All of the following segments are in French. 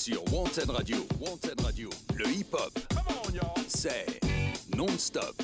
sur Wanted Radio. Wanted Radio, le hip-hop, c'est non-stop.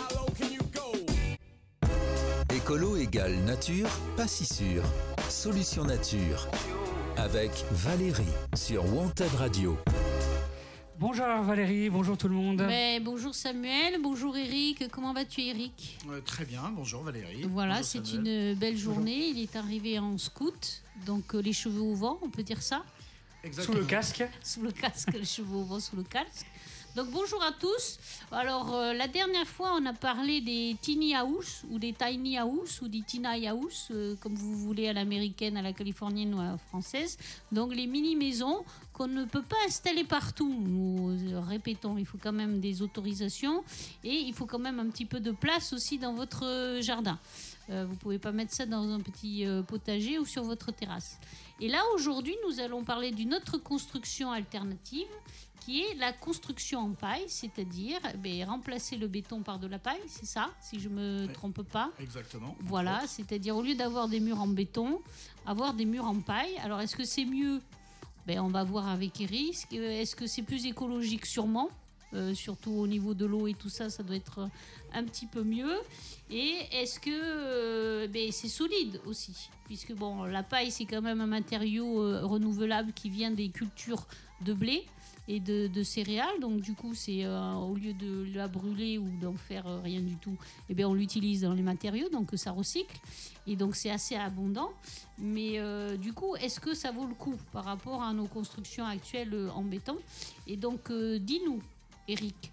Écolo égale nature, pas si sûr. Solution nature. Avec Valérie sur Wanted Radio. Bonjour Valérie, bonjour tout le monde. Bonjour Samuel, bonjour Eric. Comment vas-tu Eric ? Très bien, bonjour Valérie. Voilà, bonjour c'est Samuel. une belle journée. Il est arrivé en scout, donc les cheveux au vent, on peut dire ça ? Exactement. Sous le casque. Sous le casque, les cheveux au vent sous le casque. Donc bonjour à tous. Alors la dernière fois on a parlé des tiny house ou des tiny house ou des tiny house comme vous voulez à l'américaine, à la californienne ou à la française. Donc les mini maisons qu'on ne peut pas installer partout. Nous répétons, il faut quand même des autorisations et il faut quand même un petit peu de place aussi dans votre jardin. Vous pouvez pas mettre ça dans un petit potager ou sur votre terrasse. Et là aujourd'hui nous allons parler d'une autre construction alternative qui est la construction en paille, c'est-à-dire remplacer le béton par de la paille, c'est ça, si je ne me trompe pas. Exactement. Voilà, c'est-à-dire au lieu d'avoir des murs en béton, avoir des murs en paille. Alors est-ce que c'est mieux ? On va voir avec Eric. Est-ce que c'est plus écologique ? Sûrement. Surtout au niveau de l'eau et tout ça, ça doit être un petit peu mieux. Et est-ce que c'est solide aussi ? Puisque la paille, c'est quand même un matériau renouvelable qui vient des cultures de blé et de céréales, donc du coup c'est au lieu de la brûler ou d'en faire rien du tout, on l'utilise dans les matériaux, donc ça recycle et donc c'est assez abondant. Mais du coup, est-ce que ça vaut le coup par rapport à nos constructions actuelles en béton ? Et donc dis-nous Eric,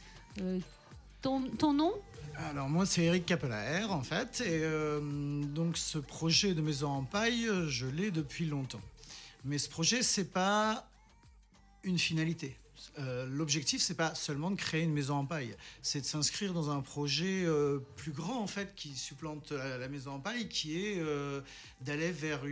ton nom ? Alors moi c'est Eric Capelaer en fait, et donc ce projet de maison en paille, je l'ai depuis longtemps. Mais ce projet c'est pas une finalité. L'objectif, c'est pas seulement de créer une maison en paille, c'est de s'inscrire dans un projet plus grand en fait qui supplante la maison en paille, qui est d'aller vers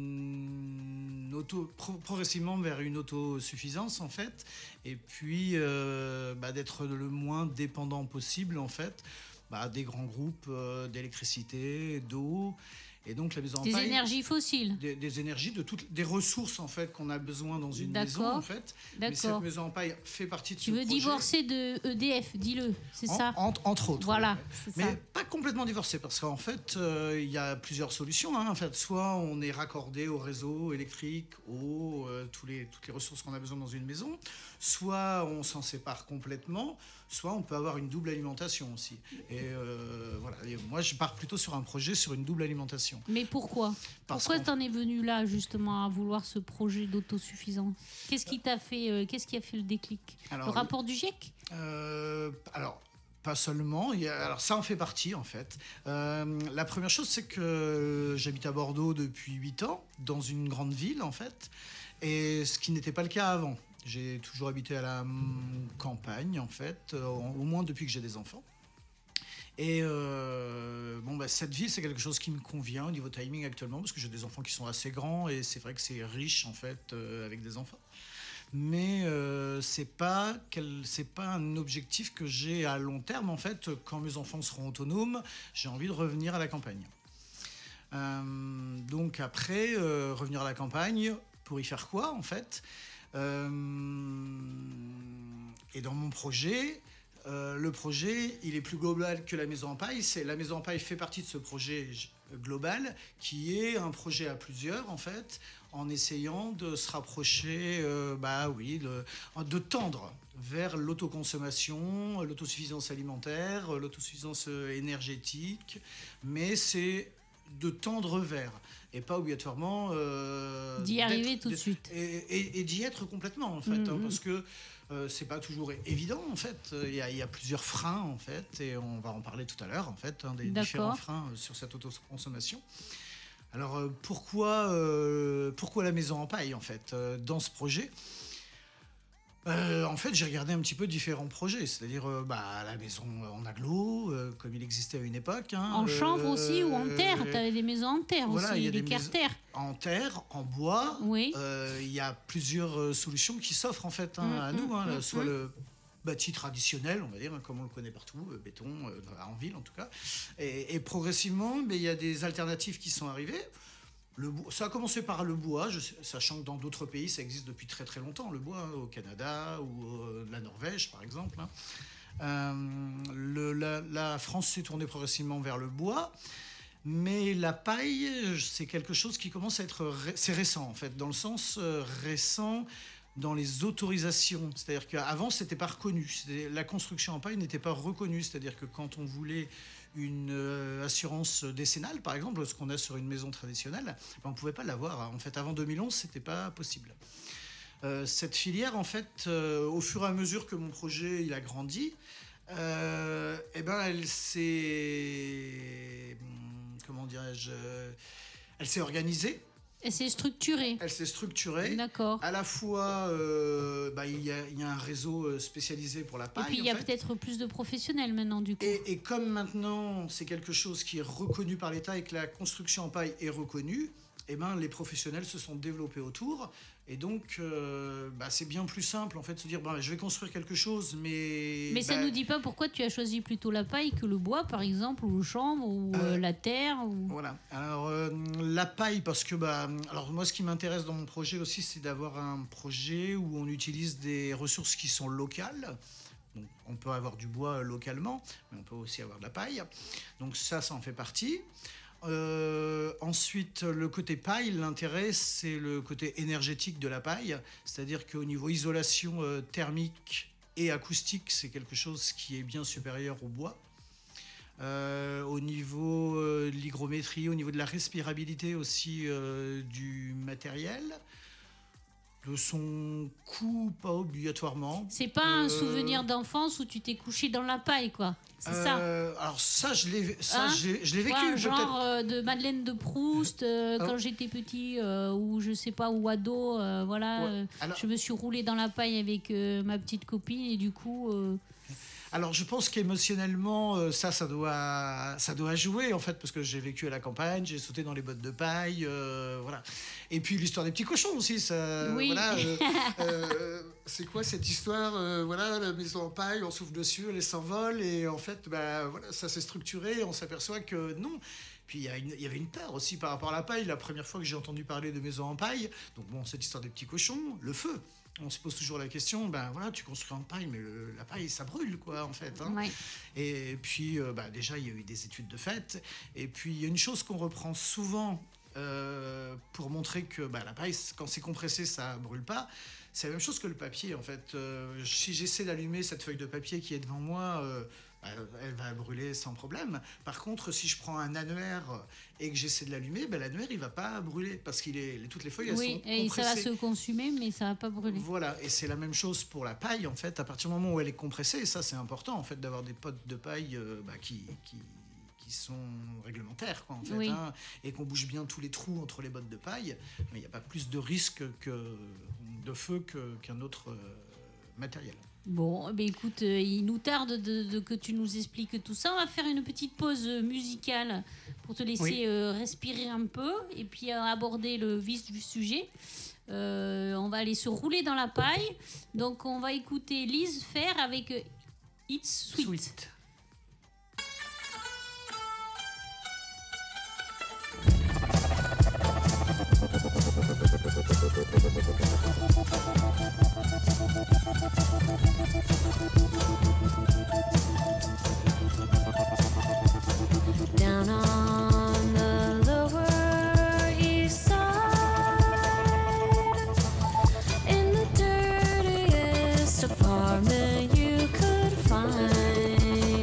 progressivement vers une autosuffisance en fait, et puis d'être le moins dépendant possible en fait des grands groupes d'électricité, d'eau. Et donc la maison en paille, des énergies fossiles, des énergies de toutes des ressources en fait qu'on a besoin dans une maison en fait. Mais cette maison en paille fait partie de ce projet. Tu veux divorcer de EDF, dis-le, c'est ça. Entre autres. Voilà, oui. c'est mais ça. Pas complètement divorcé parce qu'en fait il y a plusieurs solutions. En fait, soit on est raccordé au réseau électrique, toutes les ressources qu'on a besoin dans une maison, soit on s'en sépare complètement, soit on peut avoir une double alimentation aussi. Et voilà. Et moi je pars plutôt sur un projet sur une double alimentation. Mais pourquoi ? Pourquoi t'en es venu là justement à vouloir ce projet d'autosuffisance ? Qu'est-ce qui a fait le déclic ? Le rapport du GIEC ? Alors pas seulement, alors ça en fait partie en fait. La première chose c'est que j'habite à Bordeaux depuis 8 ans, dans une grande ville en fait, et ce qui n'était pas le cas avant. J'ai toujours habité à la campagne en fait, au moins depuis que j'ai des enfants. Et cette ville, c'est quelque chose qui me convient au niveau timing actuellement, parce que j'ai des enfants qui sont assez grands et c'est vrai que c'est riche en fait avec des enfants. Mais c'est pas un objectif que j'ai à long terme en fait. Quand mes enfants seront autonomes, j'ai envie de revenir à la campagne. Donc après, revenir à la campagne pour y faire quoi en fait ? Et dans mon projet. Le projet, il est plus global que la maison en paille. La maison en paille fait partie de ce projet global qui est un projet à plusieurs en fait, en essayant de se rapprocher, de tendre vers l'autoconsommation, l'autosuffisance alimentaire, l'autosuffisance énergétique, mais c'est de tendre vers et pas obligatoirement d'y arriver tout de suite et d'y être complètement en fait, parce que c'est pas toujours évident en fait. Il y a plusieurs freins en fait, et on va en parler tout à l'heure en fait, des différents freins sur cette autoconsommation. Alors pourquoi la maison en paille en fait dans ce projet? En fait, j'ai regardé un petit peu différents projets, c'est-à-dire la maison en agglo, comme il existait à une époque. En chanvre aussi ou en terre. Tu avais des maisons en terre aussi, il y a des terre. En terre, en bois. Oui. Il y a plusieurs solutions qui s'offrent en fait à nous, soit le bâti traditionnel, on va dire, comme on le connaît partout, béton, en ville en tout cas. Et progressivement, il y a des alternatives qui sont arrivées. Ça a commencé par le bois, sachant que dans d'autres pays, ça existe depuis très très longtemps, le bois, au Canada ou la Norvège par exemple. La France s'est tournée progressivement vers le bois, mais la paille, c'est quelque chose qui commence à être... C'est récent en fait, dans le sens récent dans les autorisations. C'est-à-dire qu'avant, c'était pas reconnu. La construction en paille n'était pas reconnue. C'est-à-dire que quand on voulait une assurance décennale, par exemple, ce qu'on a sur une maison traditionnelle, on ne pouvait pas l'avoir. En fait, avant 2011, c'était pas possible. Cette filière, en fait, au fur et à mesure que mon projet il a grandi, elle s'est... Comment dirais-je, elle s'est organisée. Elle s'est structurée. Elle s'est structurée. D'accord. À la fois, il y a un réseau spécialisé pour la paille. Et puis il y a peut-être plus de professionnels maintenant du coup. Et comme maintenant c'est quelque chose qui est reconnu par l'État et que la construction en paille est reconnue, les professionnels se sont développés autour. Et donc, c'est bien plus simple en fait de se dire je vais construire quelque chose, mais ça nous dit pas pourquoi tu as choisi plutôt la paille que le bois, par exemple, ou le chanvre, ou la terre. Ou... Voilà. Alors la paille, parce que alors moi, ce qui m'intéresse dans mon projet aussi, c'est d'avoir un projet où on utilise des ressources qui sont locales. Donc, on peut avoir du bois localement, mais on peut aussi avoir de la paille. Donc ça en fait partie. Ensuite, le côté paille, l'intérêt, c'est le côté énergétique de la paille, c'est-à-dire qu'au niveau isolation thermique et acoustique, c'est quelque chose qui est bien supérieur au bois. Au niveau de l'hygrométrie, au niveau de la respirabilité aussi du matériel. De son coût, pas obligatoirement. C'est pas un souvenir d'enfance où tu t'es couché dans la paille, quoi. C'est ça. Alors ça, je l'ai vécu. Ouais, genre de Madeleine de Proust, quand j'étais petit, ou je sais pas, ou ado, voilà. Alors, je me suis roulée dans la paille avec ma petite copine et du coup... Alors je pense qu'émotionnellement, ça doit jouer en fait, parce que j'ai vécu à la campagne, j'ai sauté dans les bottes de paille, voilà. Et puis l'histoire des petits cochons aussi, ça. Oui. Voilà. C'est quoi cette histoire voilà, la maison en paille, on souffle dessus, elle s'envole, et en fait, voilà, ça s'est structuré, on s'aperçoit que non. Puis il y avait une peur aussi par rapport à la paille. La première fois que j'ai entendu parler de maison en paille, donc cette histoire des petits cochons, le feu. On se pose toujours la question, voilà, tu construis en paille, mais la paille, ça brûle, quoi, en fait. Hein. Ouais. Et puis, déjà, il y a eu des études de fait. Et puis, il y a une chose qu'on reprend souvent pour montrer que la paille, quand c'est compressé, ça brûle pas. C'est la même chose que le papier, en fait. Si j'essaie d'allumer cette feuille de papier qui est devant moi, elle va brûler sans problème. Par contre, si je prends un annuaire et que j'essaie de l'allumer, l'annuaire, il va pas brûler parce toutes les feuilles, elles sont compressées. Et ça va se consumer, mais ça va pas brûler. Voilà, et c'est la même chose pour la paille, en fait. À partir du moment où elle est compressée, et ça, c'est important, en fait, d'avoir des pottes de paille qui sont réglementaires, quoi, en fait, oui. Hein, et qu'on bouge bien tous les trous entre les bottes de paille, mais il n'y a pas plus de risque de feu qu'un autre matériel. Bon, écoute, il nous tarde que tu nous expliques tout ça. On va faire une petite pause musicale pour te laisser respirer un peu et puis aborder le vif du sujet. On va aller se rouler dans la paille. Donc, on va écouter Lise Fer avec It's Sweet. Down on the Lower East Side, in the dirtiest apartment you could find.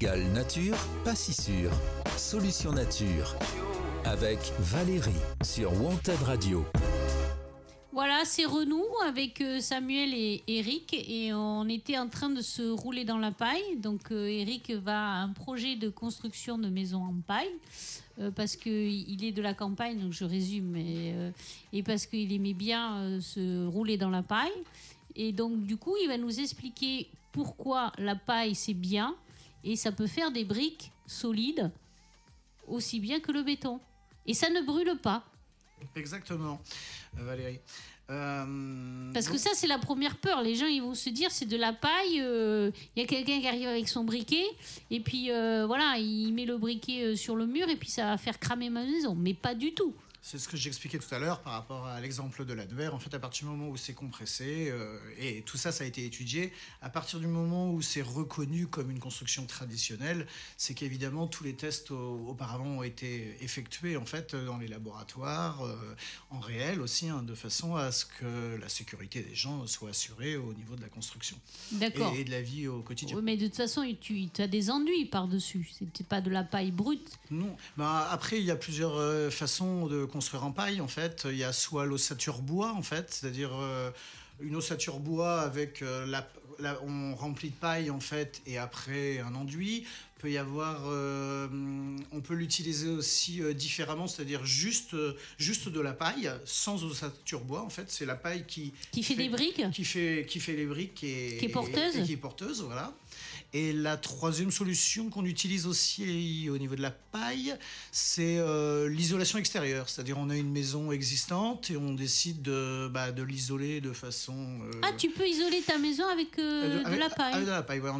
égale nature, pas si sûr. Solution nature. Avec Valérie sur Wanted Radio. Voilà, c'est Renou avec Samuel et Eric et on était en train de se rouler dans la paille. Donc Eric va à un projet de construction de maison en paille parce qu'il est de la campagne, donc je résume, et parce qu'il aimait bien se rouler dans la paille. Et donc du coup, il va nous expliquer pourquoi la paille c'est bien et ça peut faire des briques solides aussi bien que le béton. Et ça ne brûle pas. Exactement, Valérie. Parce que ça, c'est la première peur. Les gens, ils vont se dire, c'est de la paille. Il y a quelqu'un qui arrive avec son briquet. Et puis, voilà, il met le briquet sur le mur. Et puis, ça va faire cramer ma maison. Mais pas du tout. C'est ce que j'expliquais tout à l'heure par rapport à l'exemple de l'advers. En fait, à partir du moment où c'est compressé, et tout ça, ça a été étudié, à partir du moment où c'est reconnu comme une construction traditionnelle, c'est qu'évidemment, tous les tests auparavant ont été effectués en fait, dans les laboratoires, en réel aussi, de façon à ce que la sécurité des gens soit assurée au niveau de la construction. D'accord. Et de la vie au quotidien. Oui, mais de toute façon, tu as des enduits par-dessus. C'est pas de la paille brute. Non. Après, il y a plusieurs façons de construire en paille, en fait. Il y a soit l'ossature bois, en fait, c'est-à-dire une ossature bois avec on remplit de paille, en fait, et après un enduit. Peut y avoir, on peut l'utiliser aussi différemment, c'est-à-dire juste de la paille, sans ossature bois, en fait. C'est la paille qui fait des briques, qui fait les briques et qui est porteuse, et qui est porteuse, voilà. Et la troisième solution qu'on utilise aussi au niveau de la paille, c'est l'isolation extérieure. C'est-à-dire on a une maison existante et on décide de l'isoler de façon... tu peux isoler ta maison avec de la paille. Avec de la paille, ouais, en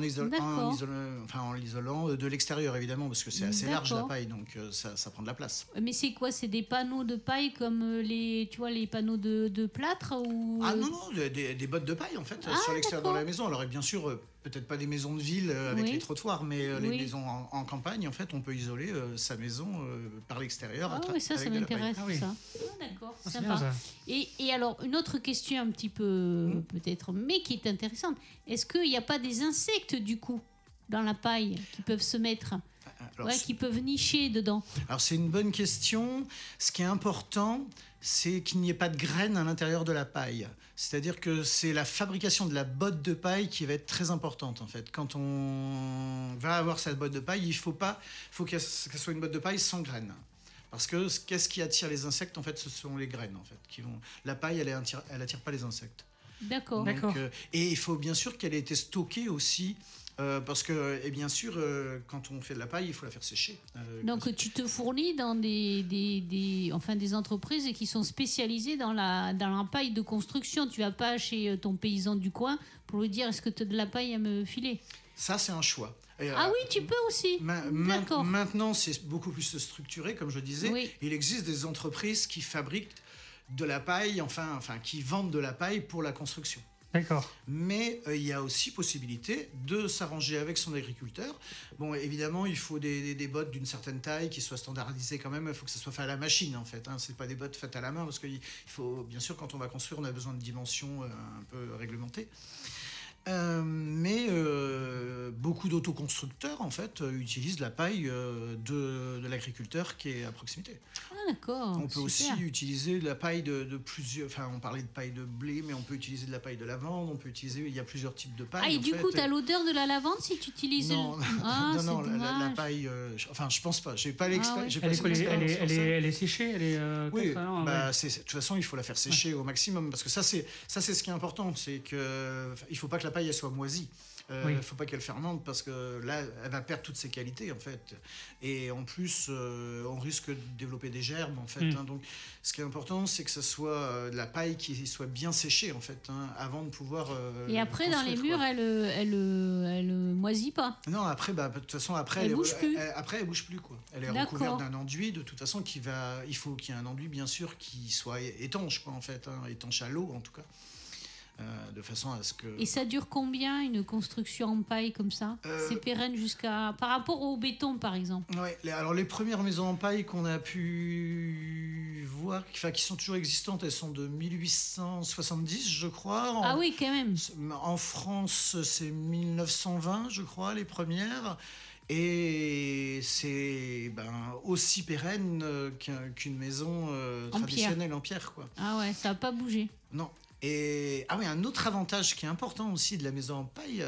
l'isolant de l'extérieur, évidemment, parce que c'est assez large la paille, donc ça prend de la place. Mais c'est quoi? C'est des panneaux de paille comme les panneaux de plâtre ou... Ah non, des bottes de paille, en fait, sur l'extérieur de la maison. Alors, et bien sûr... peut-être pas des maisons de ville avec les trottoirs, mais les maisons en campagne, en fait, on peut isoler sa maison par l'extérieur. Oui, ça m'intéresse, ça. D'accord, c'est sympa. Ça. Et alors, une autre question un petit peu, peut-être, mais qui est intéressante. Est-ce qu'il n'y a pas des insectes, du coup, dans la paille, qui peuvent se mettre... Alors, qui peuvent nicher dedans? Alors, c'est une bonne question. Ce qui est important, c'est qu'il n'y ait pas de graines à l'intérieur de la paille. C'est-à-dire que c'est la fabrication de la botte de paille qui va être très importante, en fait. Quand on va avoir cette botte de paille, il faut qu'elle soit une botte de paille sans graines. Parce que qu'est-ce qui attire les insectes, en fait, ce sont les graines, en fait. La paille, elle attire pas les insectes. D'accord. Et il faut bien sûr qu'elle ait été stockée aussi. Parce que, et bien sûr, quand on fait de la paille, il faut la faire sécher. Donc, tu te fournis dans des entreprises qui sont spécialisées dans la paille de construction. Tu vas pas chez ton paysan du coin pour lui dire est-ce que tu as de la paille à me filer? Ça, c'est un choix. Oui, tu peux aussi. D'accord. Maintenant, c'est beaucoup plus structuré, comme je disais. Oui. Il existe des entreprises qui fabriquent de la paille, qui vendent de la paille pour la construction. D'accord. Mais il y a aussi possibilité de s'arranger avec son agriculteur. Bon, évidemment, il faut des bottes d'une certaine taille qui soient standardisées quand même. Il faut que ça soit fait à la machine, en fait. C'est pas des bottes faites à la main parce qu'il faut, bien sûr, quand on va construire, on a besoin de dimensions un peu réglementées. Mais beaucoup d'autoconstructeurs, en fait, utilisent la paille de l'agriculteur qui est à proximité. Ah, d'accord. On peut aussi utiliser de la paille de plusieurs... Enfin, on parlait de paille de blé, mais on peut utiliser de la paille de lavande. On peut utiliser... Il y a plusieurs types de paille. Ah, et du coup, tu as l'odeur de la lavande si tu utilises... Non, la paille... je pense pas. J'ai pas l'expérience. Elle est séchée, oui, de toute façon, il faut la faire sécher au maximum. Parce que ça, c'est ce qui est important. C'est que il faut pas que la paille elle soit moisie. Il ne faut pas qu'elle fermente parce que là, elle va perdre toutes ses qualités, en fait. Et en plus, on risque de développer des gerbes, en fait. Donc, ce qui est important, c'est que ce soit de la paille qui soit bien séchée, en fait, avant de pouvoir... Et après, dans les murs, elle moisit pas? Non, après, de toute façon, après, elle bouge plus. Après, elle bouge plus, quoi. Elle est recouverte d'un enduit, de toute façon, il faut qu'il y ait un enduit, bien sûr, qui soit étanche, quoi, en fait. Étanche à l'eau, en tout cas. De façon à ce que... Et ça dure combien une construction en paille comme ça? C'est pérenne jusqu'à... Par rapport au béton, par exemple? Oui, alors les premières maisons en paille qu'on a pu voir, qui sont toujours existantes, elles sont de 1870, je crois. Ah oui, quand même. En France, c'est 1920, je crois, les premières. Et c'est aussi pérenne qu'une maison En traditionnelle en pierre, quoi. Ah ouais, ça n'a pas bougé. Non. Et un autre avantage qui est important aussi de la maison en paille,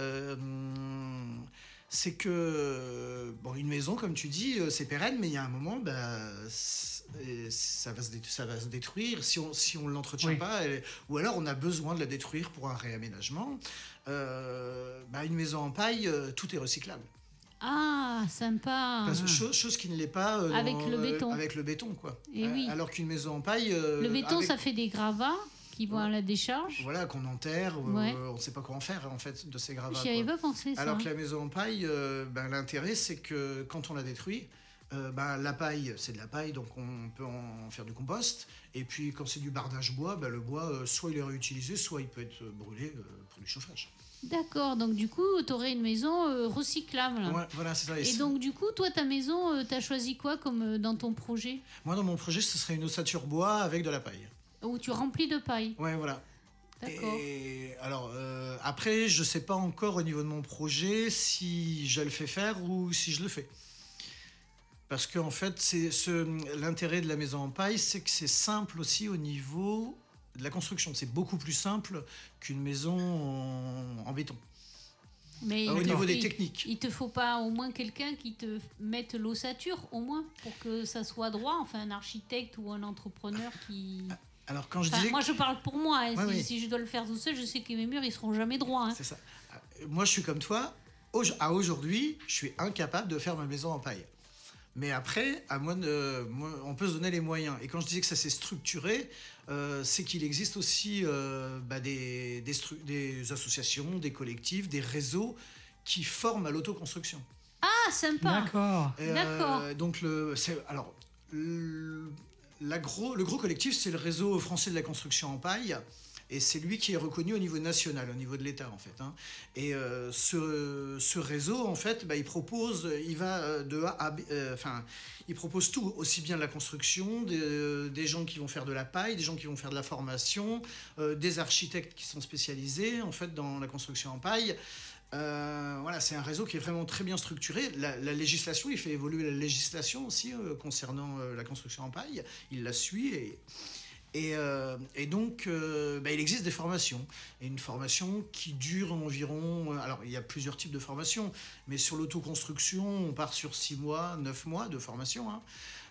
c'est que une maison, comme tu dis, c'est pérenne, mais il y a un moment, ça va se détruire si on ne l'entretient Oui. pas, ou alors on a besoin de la détruire pour un réaménagement. Une maison en paille, tout est recyclable. Ah, sympa. Chose qui ne l'est pas Avec le béton. avec le béton, quoi. Eh oui. Alors qu'une maison en paille, Le béton, avec- ça fait des gravats qui vont à la décharge. voilà, qu'on enterre, Ouais. on ne sait pas quoi en faire en fait de ces gravats. J'y avais quoi. pas pensé, ça. Alors que la maison en paille, l'intérêt c'est que quand on la détruit, la paille c'est de la paille, donc on peut en faire du compost. Et puis quand c'est du bardage bois, le bois soit il est réutilisé, soit il peut être brûlé pour du chauffage. D'accord, donc du coup, tu aurais une maison recyclable. Ouais, voilà, c'est ça. Et donc, du coup, toi, ta maison, t'as choisi quoi comme dans ton projet? Moi dans mon projet, ce serait une ossature bois avec de la paille. Où tu remplis de paille. Ouais, voilà. D'accord. Et alors, après, je sais pas encore au niveau de mon projet si je le fais faire ou si je le fais. Parce qu'en fait, l'intérêt de la maison en paille, c'est que c'est simple aussi au niveau de la construction. C'est beaucoup plus simple qu'une maison en béton. Mais Au il- niveau des il- techniques. Il te faut pas au moins quelqu'un qui te mette l'ossature, au moins, pour que ça soit droit, enfin un architecte ou un entrepreneur qui... Alors, quand je Enfin, disais... moi, je parle pour moi. Hein. Ouais, si, oui. si je dois le faire tout seul, je sais que mes murs, ils seront jamais droits. Hein. C'est ça. Moi, je suis comme toi. À aujourd'hui, je suis incapable de faire ma maison en paille. Mais après, on peut se donner les moyens. Et quand je disais que ça s'est structuré, c'est qu'il existe aussi des associations, des collectifs, des réseaux qui forment à l'autoconstruction. Ah, sympa. D'accord. D'accord. Donc, le gros collectif, c'est le réseau français de la construction en paille. Et c'est lui qui est reconnu au niveau national, au niveau de l'État, en fait. Hein. Et ce réseau, en fait, il propose, il va de A à B, il propose tout, aussi bien de la construction, des gens qui vont faire de la paille, des gens qui vont faire de la formation, des architectes qui sont spécialisés, en fait, dans la construction en paille. Voilà, c'est un réseau qui est vraiment très bien structuré. La législation, il fait évoluer la législation aussi concernant la construction en paille. Il la suit et donc, il existe des formations. Et une formation qui dure environ... alors, il y a plusieurs types de formations, mais sur l'autoconstruction, on part sur 6 mois, 9 mois de formation, hein,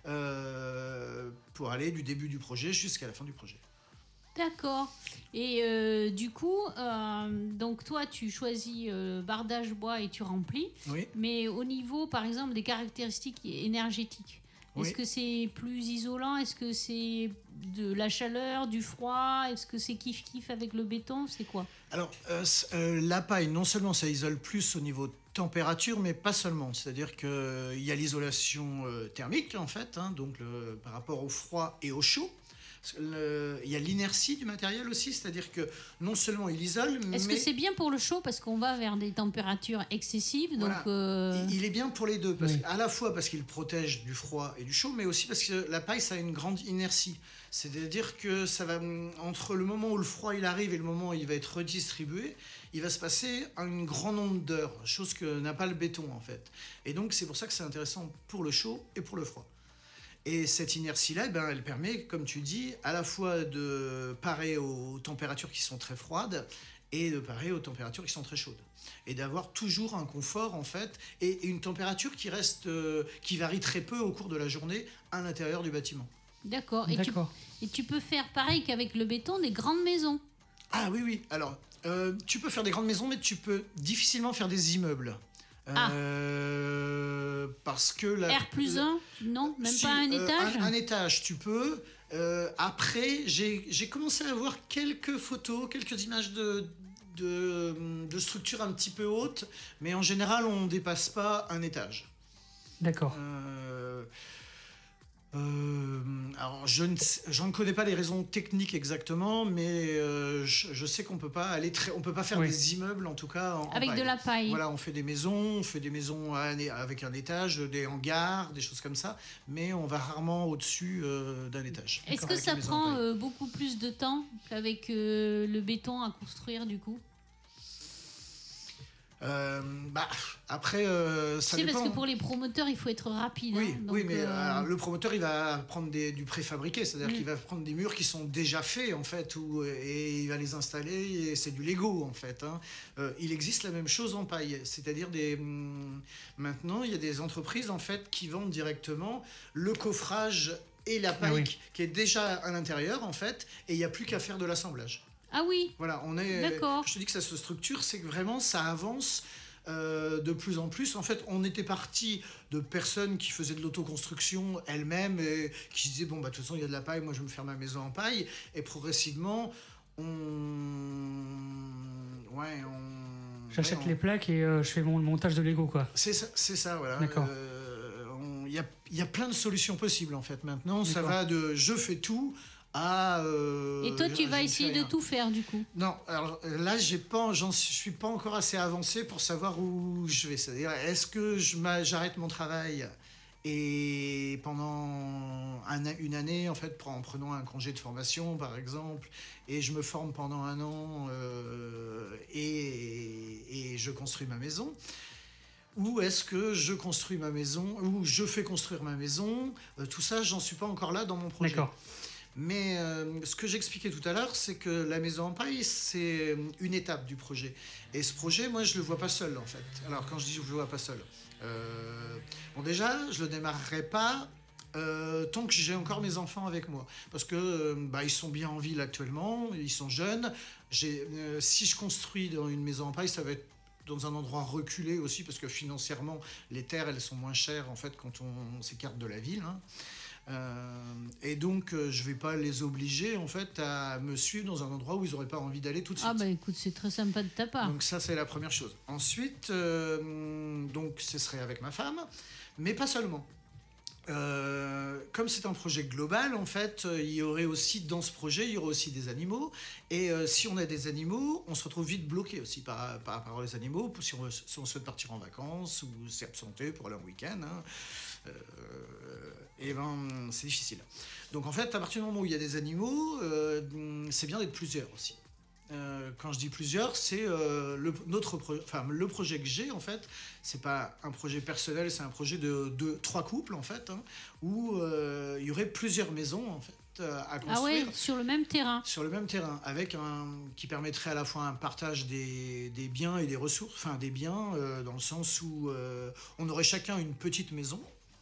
pour aller du début du projet jusqu'à la fin du projet. D'accord. Et du coup, donc toi, tu choisis bardage bois et tu remplis. Oui. Mais au niveau, par exemple, des caractéristiques énergétiques, est-ce Oui. que c'est plus isolant? Est-ce que c'est de la chaleur, du froid? Est-ce que c'est kiff-kiff avec le béton? C'est quoi? Alors, la paille, non seulement ça isole plus au niveau température, mais pas seulement. C'est-à-dire qu'il y a l'isolation thermique, en fait, hein, donc par rapport au froid et au chaud. Il y a l'inertie du matériel aussi, c'est-à-dire que non seulement il isole, mais... Est-ce que c'est bien pour le chaud? Parce qu'on va vers des températures excessives. Voilà. Donc, Il est bien pour les deux, Oui. à la fois parce qu'il protège du froid et du chaud, mais aussi parce que la paille, ça a une grande inertie. C'est-à-dire que ça va, entre le moment où le froid il arrive et le moment où il va être redistribué, il va se passer un grand nombre d'heures, chose que n'a pas le béton en fait. Et donc c'est pour ça que c'est intéressant pour le chaud et pour le froid. Et cette inertie-là, elle permet, comme tu dis, à la fois de parer aux températures qui sont très froides et de parer aux températures qui sont très chaudes. Et d'avoir toujours un confort, en fait, et une température qui varie très peu au cours de la journée à l'intérieur du bâtiment. d'accord. D'accord. Et tu peux faire pareil qu'avec le béton, des grandes maisons. Ah oui, oui. Alors, tu peux faire des grandes maisons, mais tu peux difficilement faire des immeubles. Parce que R+1? Non, même Si, pas un étage? Un étage, tu peux. Après, j'ai commencé à avoir quelques photos, quelques images de structures un petit peu hautes, mais en général, on ne dépasse pas un étage. D'accord. Alors, je ne connais pas les raisons techniques exactement, mais je sais qu'on peut pas on peut pas faire Oui. des immeubles en tout cas en Avec paille. de la paille. Voilà, on fait des maisons avec un étage, des hangars, des choses comme ça, mais on va rarement au-dessus d'un étage. Est-ce que Avec ça les maisons en prend paille. beaucoup plus de temps qu'avec le béton à construire du coup? Bah, après, ça C'est dépend. parce que pour les promoteurs, il faut être rapide. Oui, hein, oui, donc, mais le promoteur, il va prendre du préfabriqué, c'est-à-dire Mm. qu'il va prendre des murs qui sont déjà faits, en fait, et il va les installer, et c'est du Lego, en fait. Hein. Il existe la même chose en paille, c'est-à-dire maintenant, il y a des entreprises, en fait, qui vendent directement le coffrage et la paille oui. qui est déjà à l'intérieur, en fait, et il n'y a plus qu'à faire de l'assemblage. Ah oui, Voilà, D'accord. je te dis que ça se structure, c'est que vraiment ça avance de plus en plus. En fait, on était parti de personnes qui faisaient de l'autoconstruction elles-mêmes et qui se disaient bon bah de toute façon il y a de la paille, moi je vais me faire ma maison en paille. Et progressivement, J'achète ouais, les plaques et je fais mon montage de Lego, quoi. c'est ça, voilà. D'accord. Il y a plein de solutions possibles en fait. Maintenant, ça D'accord. va de je fais tout à. et toi, tu je vas ne essayer fais de rien. tout faire, du coup. Non, alors là, je suis pas encore assez avancé pour savoir où je vais. C'est-à-dire, est-ce que j'arrête mon travail et pendant une année, en fait, en prenant un congé de formation, par exemple, et je me forme pendant un an et je construis ma maison. Ou est-ce que je construis ma maison, ou je fais construire ma maison. Tout ça, j'en suis pas encore là dans mon projet. D'accord. Mais ce que j'expliquais tout à l'heure, c'est que la maison en paille, c'est une étape du projet. Et ce projet, moi, je le vois pas seul, en fait. Alors, quand je dis je le vois pas seul, bon, déjà, je le démarrerai pas tant que j'ai encore mes enfants avec moi. Parce que ils sont bien en ville actuellement, ils sont jeunes. Si je construis dans une maison en paille, ça va être dans un endroit reculé aussi, parce que financièrement, les terres, elles sont moins chères, en fait, quand on s'écarte de la ville, hein. Et donc, je vais pas les obliger en fait à me suivre dans un endroit où ils n'auraient pas envie d'aller tout de suite. Ah bah écoute, c'est très sympa de ta part. Donc ça, c'est la première chose. Ensuite, donc ce serait avec ma femme, mais pas seulement. Comme c'est un projet global, en fait, il y aurait aussi dans ce projet, il y aurait aussi des animaux. Et si on a des animaux, on se retrouve vite bloqué aussi par rapport aux animaux. Si on souhaite partir en vacances ou s'absenter pour aller en week-end, hein, et c'est difficile. Donc en fait, à partir du moment où il y a des animaux, c'est bien d'être plusieurs aussi. Quand je dis plusieurs, c'est le projet que j'ai en fait, c'est pas un projet personnel, c'est un projet de 3 couples en fait, hein, où il y aurait plusieurs maisons en fait à Ah ouais, construire. sur le même terrain. Sur le même terrain, qui permettrait à la fois un partage des biens et des ressources, enfin des biens dans le sens où on aurait chacun une petite maison.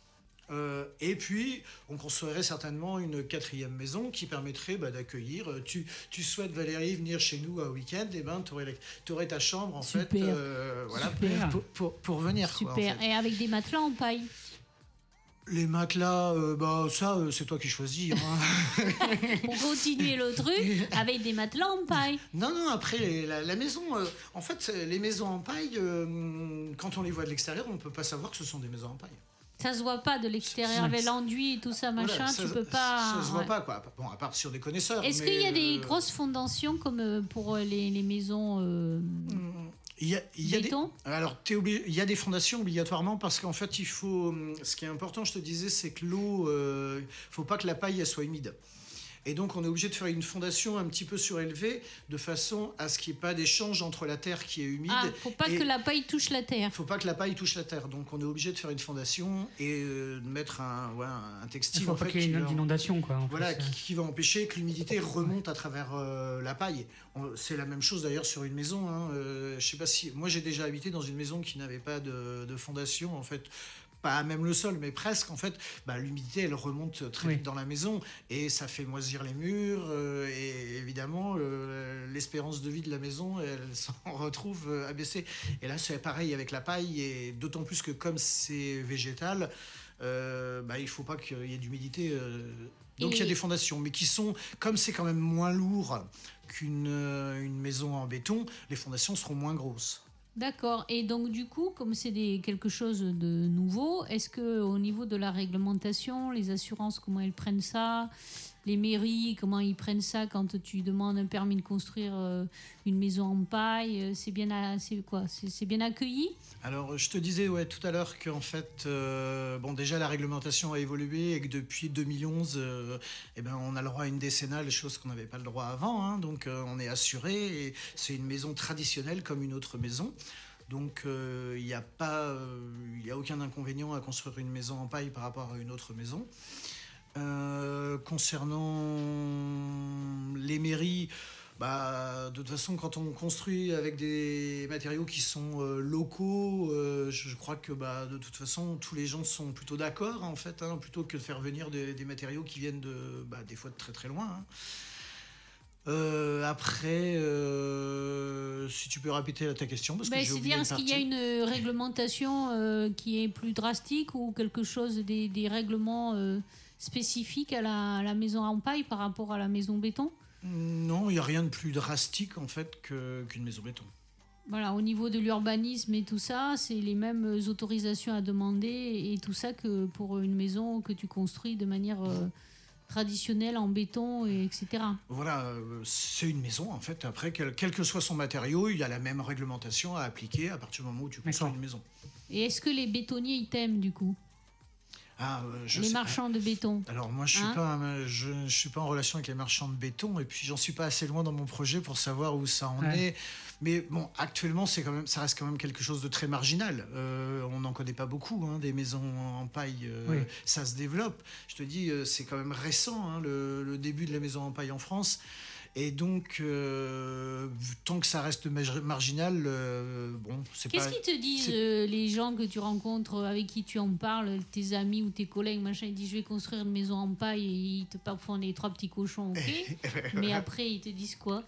Et puis, on construirait certainement une 4e maison qui permettrait d'accueillir. Tu souhaites, Valérie, venir chez nous un week-end, et tu aurais ta chambre, en Super. fait, voilà, Super. pour venir. Quoi, Super. en fait. Et avec des matelas en paille. Les matelas, c'est toi qui choisis. Hein. Pour continuer le truc, avec des matelas en paille. Non, après, la maison, en fait, les maisons en paille, quand on les voit de l'extérieur, on ne peut pas savoir que ce sont des maisons en paille. Ça se voit pas de l'extérieur avec l'enduit et tout ça, machin, Voilà, tu peux pas. Ça se voit ouais. pas, quoi. Bon, à part sur des connaisseurs. Est-ce mais, qu'il y a des grosses fondations comme pour les maisons Il y a des, béton alors, il y a des fondations obligatoirement parce qu'en fait, il faut. Ce qui est important, je te disais, c'est que l'eau, faut pas que la paille elle soit humide. Et donc, on est obligé de faire une fondation un petit peu surélevée de façon à ce qu'il n'y ait pas d'échange entre la terre qui est humide. Ah, faut pas et que la paille touche la terre. faut pas que la paille touche la terre. Donc, on est obligé de faire une fondation et de mettre un Il textile. faut en pas fait, qu'il y ait qui une va- inondation, quoi. En Voilà, plus. qui va empêcher que l'humidité remonte à travers la paille. C'est la même chose d'ailleurs sur une maison. Hein. Je sais pas si. Moi, j'ai déjà habité dans une maison qui n'avait pas de fondation, en fait. Pas même le sol, mais presque. En fait, l'humidité, elle remonte très vite dans la maison et ça fait moisir les murs. Et évidemment, l'espérance de vie de la maison, elle s'en retrouve abaissée. Et là, c'est pareil avec la paille. Et d'autant plus que comme c'est végétal, il faut pas qu'il y ait d'humidité. Donc il y a Et- des fondations, mais qui sont, comme c'est quand même moins lourd une maison en béton, les fondations seront moins grosses. D'accord. Et donc du coup, comme c'est quelque chose de nouveau, est-ce que au niveau de la réglementation, les assurances, comment elles prennent ça, les mairies, comment ils prennent ça quand tu demandes un permis de construire une maison en paille, c'est bien, c'est bien accueilli? Alors, je te disais tout à l'heure qu'en fait, déjà la réglementation a évolué et que depuis 2011, on a le droit à une décennale, chose qu'on n'avait pas le droit avant. Hein, donc, on est assuré et c'est une maison traditionnelle comme une autre maison. Donc il n'y a aucun inconvénient à construire une maison en paille par rapport à une autre maison. Concernant les mairies, de toute façon, quand on construit avec des matériaux qui sont locaux, je crois que de toute façon, tous les gens sont plutôt d'accord, en fait, hein, plutôt que de faire venir des matériaux qui viennent des fois de très très loin. Hein. Après, si tu peux répéter ta question, parce que j'ai oublié une est-ce qu'il y a partie. une réglementation qui est plus drastique ou quelque chose, des règlements spécifiques à la maison en paille par rapport à la maison béton? Non, il n'y a rien de plus drastique en fait qu'une maison béton. Voilà, au niveau de l'urbanisme et tout ça, c'est les mêmes autorisations à demander et tout ça que pour une maison que tu construis de manière traditionnelle en béton, etc. Voilà, c'est une maison en fait. Après, quel que soit son matériau, il y a la même réglementation à appliquer à partir du moment où tu construis une maison. Et est-ce que les bétonniers ils t'aiment du coup? Les marchands de béton. Alors moi, je suis pas en relation avec les marchands de béton, et puis j'en suis pas assez loin dans mon projet pour savoir où ça en est. Mais bon, actuellement, ça reste quand même quelque chose de très marginal. On n'en connaît pas beaucoup, hein, des maisons en paille. Ça se développe. Je te dis, c'est quand même récent, hein, le début de la maison en paille en France. Et donc, tant que ça reste marginal, c'est pas... Qu'est-ce qu'ils te disent, les gens que tu rencontres, avec qui tu en parles, tes amis ou tes collègues, machin, ils disent, je vais construire une maison en paille, et ils te font les 3 petits cochons, ok. Mais après, ils te disent quoi?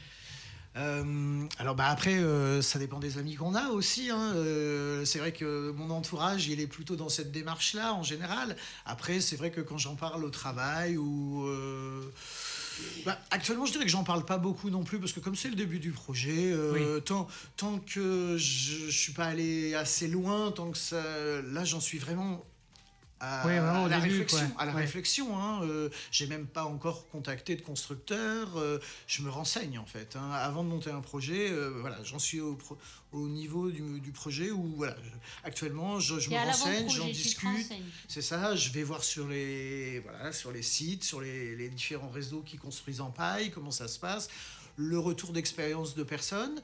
Alors après, ça dépend des amis qu'on a aussi, hein. C'est vrai que mon entourage, il est plutôt dans cette démarche-là, en général. Après, c'est vrai que quand j'en parle au travail ou... actuellement, je dirais que j'en parle pas beaucoup non plus, parce que comme c'est le début du projet, tant que je suis pas allé assez loin, tant que ça, là, j'en suis vraiment à la réflexion. Hein. J'ai même pas encore contacté de constructeur. Je me renseigne en fait. Hein. Avant de monter un projet, j'en suis au niveau du projet où actuellement je me renseigne, j'en discute. C'est ça. Je vais voir sur les sites, sur les différents réseaux qui construisent en paille, comment ça se passe, le retour d'expérience de personnes.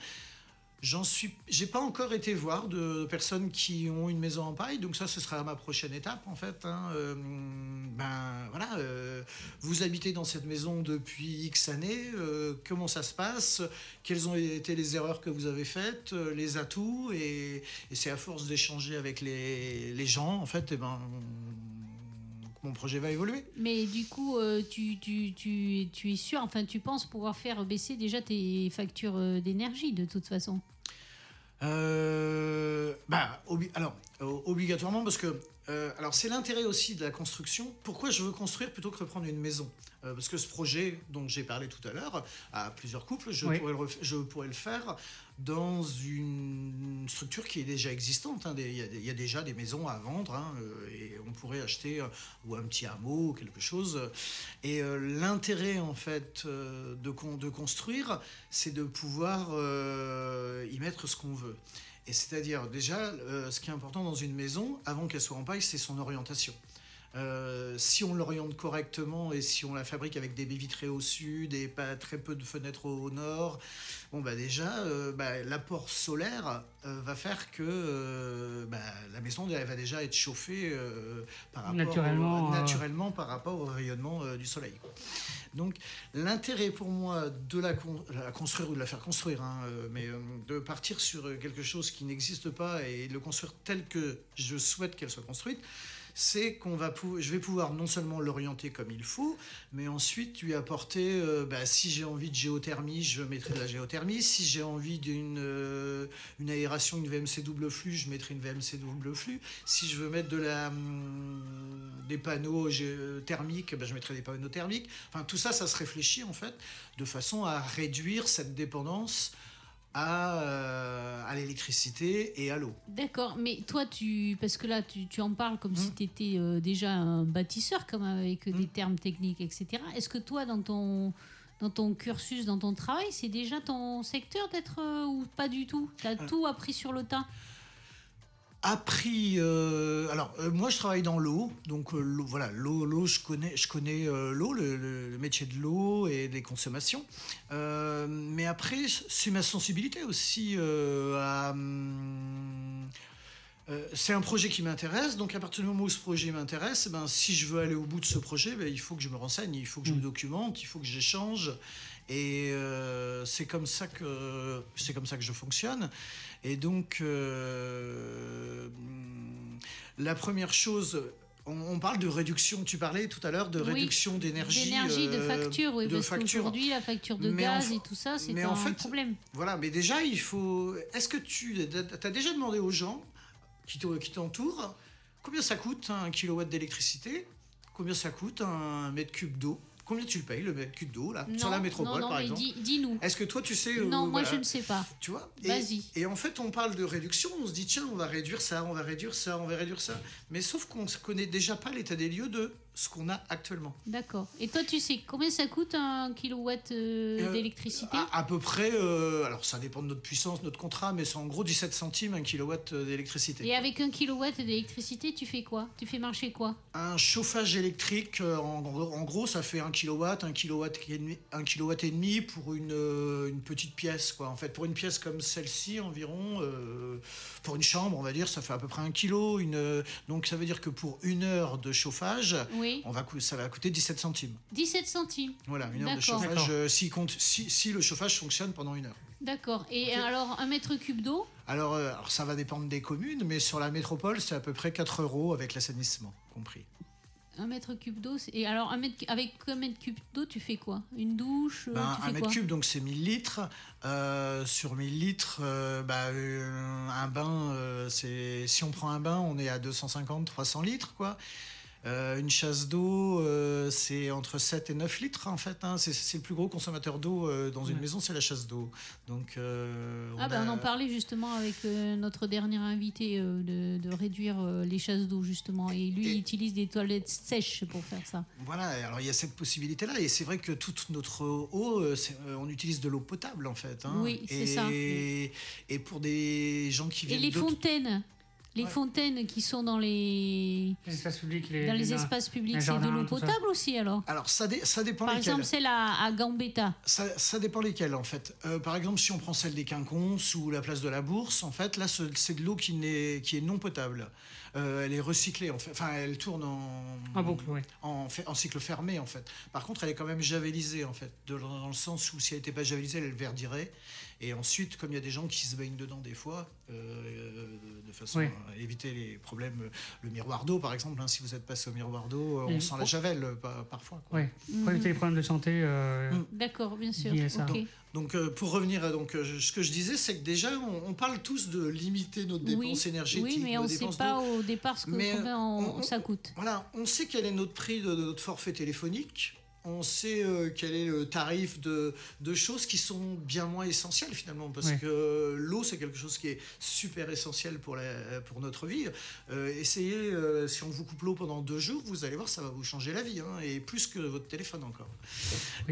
J'ai pas encore été voir de personnes qui ont une maison en paille, donc ça, ce sera ma prochaine étape en fait. Hein. Vous habitez dans cette maison depuis X années, comment ça se passe, quelles ont été les erreurs que vous avez faites, les atouts, et c'est à force d'échanger avec les gens en fait, mon projet va évoluer. Mais du coup, tu es sûr, enfin tu penses pouvoir faire baisser déjà tes factures d'énergie de toute façon? Obligatoirement, parce que c'est l'intérêt aussi de la construction. Pourquoi je veux construire plutôt que reprendre une maison? Parce que ce projet dont j'ai parlé tout à l'heure, à plusieurs couples, je pourrais le faire dans une structure qui est déjà existante. Hein. Il y a déjà des maisons à vendre, hein, et on pourrait acheter ou un petit hameau ou quelque chose. Et l'intérêt en fait de construire, c'est de pouvoir y mettre ce qu'on veut. Et c'est-à-dire déjà, ce qui est important dans une maison, avant qu'elle soit en paille, c'est son orientation. Si on l'oriente correctement et si on la fabrique avec des baies vitrées au sud et pas très peu de fenêtres au nord, l'apport solaire va faire que la maison elle va déjà être chauffée naturellement par rapport au rayonnement du soleil. Donc l'intérêt pour moi de la construire ou de la faire construire, hein, de partir sur quelque chose qui n'existe pas et de le construire tel que je souhaite qu'elle soit construite, c'est je vais pouvoir non seulement l'orienter comme il faut, mais ensuite lui apporter, si j'ai envie de géothermie, je mettrai de la géothermie. Si j'ai envie d'une aération, une VMC double flux, je mettrai une VMC double flux. Si je veux mettre des panneaux thermiques, je mettrai des panneaux thermiques. Enfin, tout ça, ça se réfléchit en fait, de façon à réduire cette dépendance à l'électricité et à l'eau. D'accord, mais toi, parce que là, tu en parles comme si tu étais déjà un bâtisseur, comme avec des termes techniques, etc. Est-ce que toi, dans ton cursus, dans ton travail, c'est déjà ton secteur d'être ou pas du tout? Tu as tout appris sur le tas? appris. Moi, je travaille dans l'eau, donc l'eau, je connais l'eau, le métier de l'eau et des consommations. Mais après, c'est ma sensibilité aussi c'est un projet qui m'intéresse, donc à partir du moment où ce projet m'intéresse, si je veux aller au bout de ce projet, il faut que je me renseigne, il faut que je me documente, il faut que j'échange, et c'est comme ça que je fonctionne. Et donc la première chose, on parle de réduction. Tu parlais tout à l'heure de réduction d'énergie, de facture, oui, de parce facture. qu'aujourd'hui la facture de gaz et tout ça, c'est un problème. Voilà, mais déjà il faut. Est-ce que tu as déjà demandé aux gens qui t'entourent combien ça coûte un kilowatt d'électricité, combien ça coûte un mètre cube d'eau? Combien tu le payes, le mètre cube d'eau, là, sur la métropole, par exemple? Dis-nous. Est-ce que toi, tu sais... Non, moi, je ne sais pas. Tu vois? Vas-y. Et en fait, on parle de réduction, on se dit, tiens, on va réduire ça, on va réduire ça, on va réduire ça. Mais sauf qu'on ne connaît déjà pas l'état des lieux de ce qu'on a actuellement. D'accord. Et toi, tu sais combien ça coûte un kilowatt d'électricité? À peu près, alors ça dépend de notre puissance, notre contrat, mais c'est en gros 17 centimes un kilowatt d'électricité. Et avec un kilowatt d'électricité, tu fais quoi? Tu fais marcher quoi? Un chauffage électrique, en gros, ça fait un kilowatt et demi pour une petite pièce, quoi. En fait, pour une pièce comme celle-ci, environ, pour une chambre, on va dire, ça fait à peu près 1 kilo. Donc ça veut dire que pour 1 heure de chauffage, oui. Ça va coûter 17 centimes. 17 centimes. Voilà, 1 heure de chauffage, si le chauffage fonctionne pendant 1 heure. D'accord. Et alors, un mètre cube d'eau? Alors, ça va dépendre des communes, mais sur la métropole, c'est à peu près 4 € avec l'assainissement compris. 1 mètre cube d'eau, et alors avec 1 mètre cube d'eau, tu fais quoi? Une douche? Tu fais 1 mètre cube, donc c'est 1000 litres. Sur 1000 litres, un bain, si on prend un bain, on est à 250-300 litres, quoi. Une chasse d'eau, c'est entre 7 et 9 litres en fait. Hein. C'est le plus gros consommateur d'eau dans une maison, c'est la chasse d'eau. Donc, on en parlait justement avec notre dernier invité de réduire les chasses d'eau justement. Et lui, il utilise des toilettes sèches pour faire ça. Voilà, alors il y a cette possibilité-là. Et c'est vrai que toute notre eau, on utilise de l'eau potable en fait. Hein. Oui, c'est ça. Et pour des gens qui viennent... Et les fontaines? Les fontaines qui sont dans les espaces publics, espaces publics, c'est de l'eau potable aussi alors? Alors ça dépend lesquelles. Par exemple, celle à Gambetta. Ça dépend lesquelles en fait. Par exemple, si on prend celle des Quinconces ou la place de la Bourse, en fait, là c'est de l'eau qui est non potable. Elle est recyclée, en fait. Enfin, elle tourne en boucle, oui. en cycle fermé, en fait. Par contre, elle est quand même javelisée, en fait, dans le sens où si elle n'était pas javelisée, elle verdirait. Et ensuite, comme il y a des gens qui se baignent dedans des fois, de façon à éviter les problèmes, le miroir d'eau, par exemple, hein, si vous êtes passé au miroir d'eau, on sent la javel parfois. Oui, pour éviter les problèmes de santé. D'accord, bien sûr. Okay. Donc, pour revenir à ce que je disais, c'est que déjà, on parle tous de limiter notre dépense énergétique. Oui, mais on ne sait pas au départ combien ça coûte. Voilà, on sait quel est notre prix de notre forfait téléphonique. On sait quel est le tarif de choses qui sont bien moins essentielles finalement, parce que l'eau c'est quelque chose qui est super essentiel pour notre vie. Essayez, si on vous coupe l'eau pendant 2 jours, vous allez voir, ça va vous changer la vie, hein, et plus que votre téléphone encore. Oui.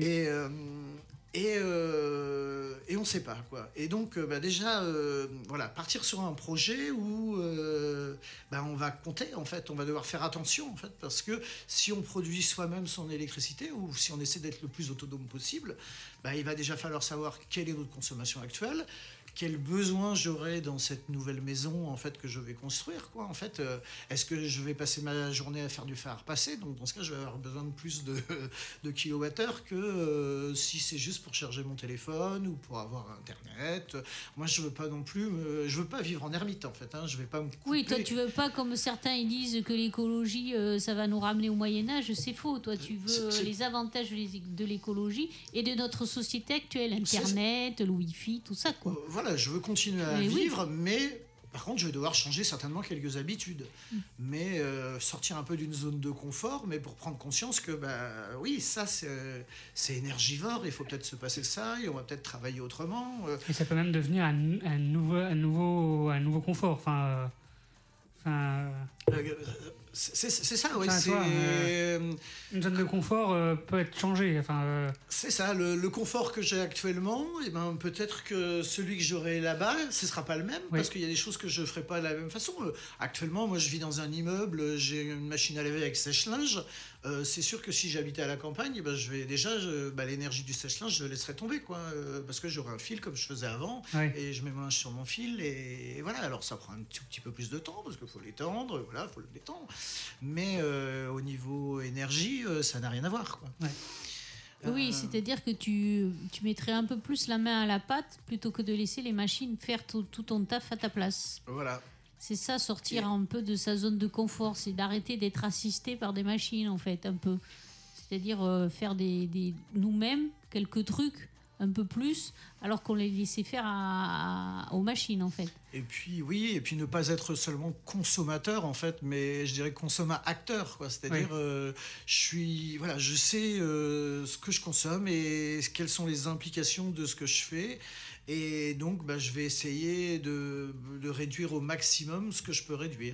Et on ne sait pas, quoi. Et donc, déjà, partir sur un projet où on va compter, en fait. On va devoir faire attention, en fait, parce que si on produit soi-même son électricité, ou si on essaie d'être le plus autonome possible, il va déjà falloir savoir quelle est notre consommation actuelle, quel besoin j'aurai dans cette nouvelle maison en fait que je vais construire, quoi. En fait, est-ce que je vais passer ma journée à faire du fer à repasser? Donc dans ce cas, je vais avoir besoin de plus de kilowattheures que si c'est juste pour charger mon téléphone ou pour avoir internet. Moi, je veux pas non plus, je veux pas vivre en ermite en fait. Hein. Je vais pas me couper. Oui, toi, tu veux pas, comme certains ils disent que l'écologie, ça va nous ramener au Moyen Âge. C'est faux. Toi, tu veux les avantages de l'écologie et de notre société actuelle, internet, le wifi, tout ça, quoi. Voilà, je veux continuer à vivre, mais par contre, je vais devoir changer certainement quelques habitudes. Mais sortir un peu d'une zone de confort, mais pour prendre conscience que, ça, c'est énergivore, il faut peut-être se passer de ça, et on va peut-être travailler autrement. Et ça peut même devenir un nouveau confort. C'est ça, oui. Enfin, toi, une zone de confort peut être changée. Enfin, C'est ça, le confort que j'ai actuellement, eh ben, peut-être que celui que j'aurai là-bas, ce ne sera pas le même, Oui. parce qu'il y a des choses que je ne ferai pas de la même façon. Actuellement, moi, je vis dans un immeuble, j'ai une machine à laver avec sèche-linge. C'est sûr que si j'habitais à la campagne, eh ben, l'énergie du sèche-linge, je le laisserai tomber, quoi, parce que j'aurai un fil comme je faisais avant, ouais. et je mets mon linge sur mon fil, et voilà. Alors, ça prend un tout petit peu plus de temps, parce qu'il faut l'étendre, voilà, faut le détendre. Mais au niveau énergie, ça n'a rien à voir, quoi. Ouais. Oui, c'est-à-dire que tu mettrais un peu plus la main à la pâte plutôt que de laisser les machines faire tout ton taf à ta place. Voilà. C'est ça, sortir un peu de sa zone de confort, c'est d'arrêter d'être assisté par des machines, en fait, un peu. C'est-à-dire faire nous-mêmes quelques trucs un peu plus, alors qu'on les laissait faire aux machines, en fait. Et puis, oui, et puis ne pas être seulement consommateur, en fait, mais je dirais consommateur, quoi. C'est-à-dire, je sais ce que je consomme et quelles sont les implications de ce que je fais. Et donc, je vais essayer de réduire au maximum ce que je peux réduire.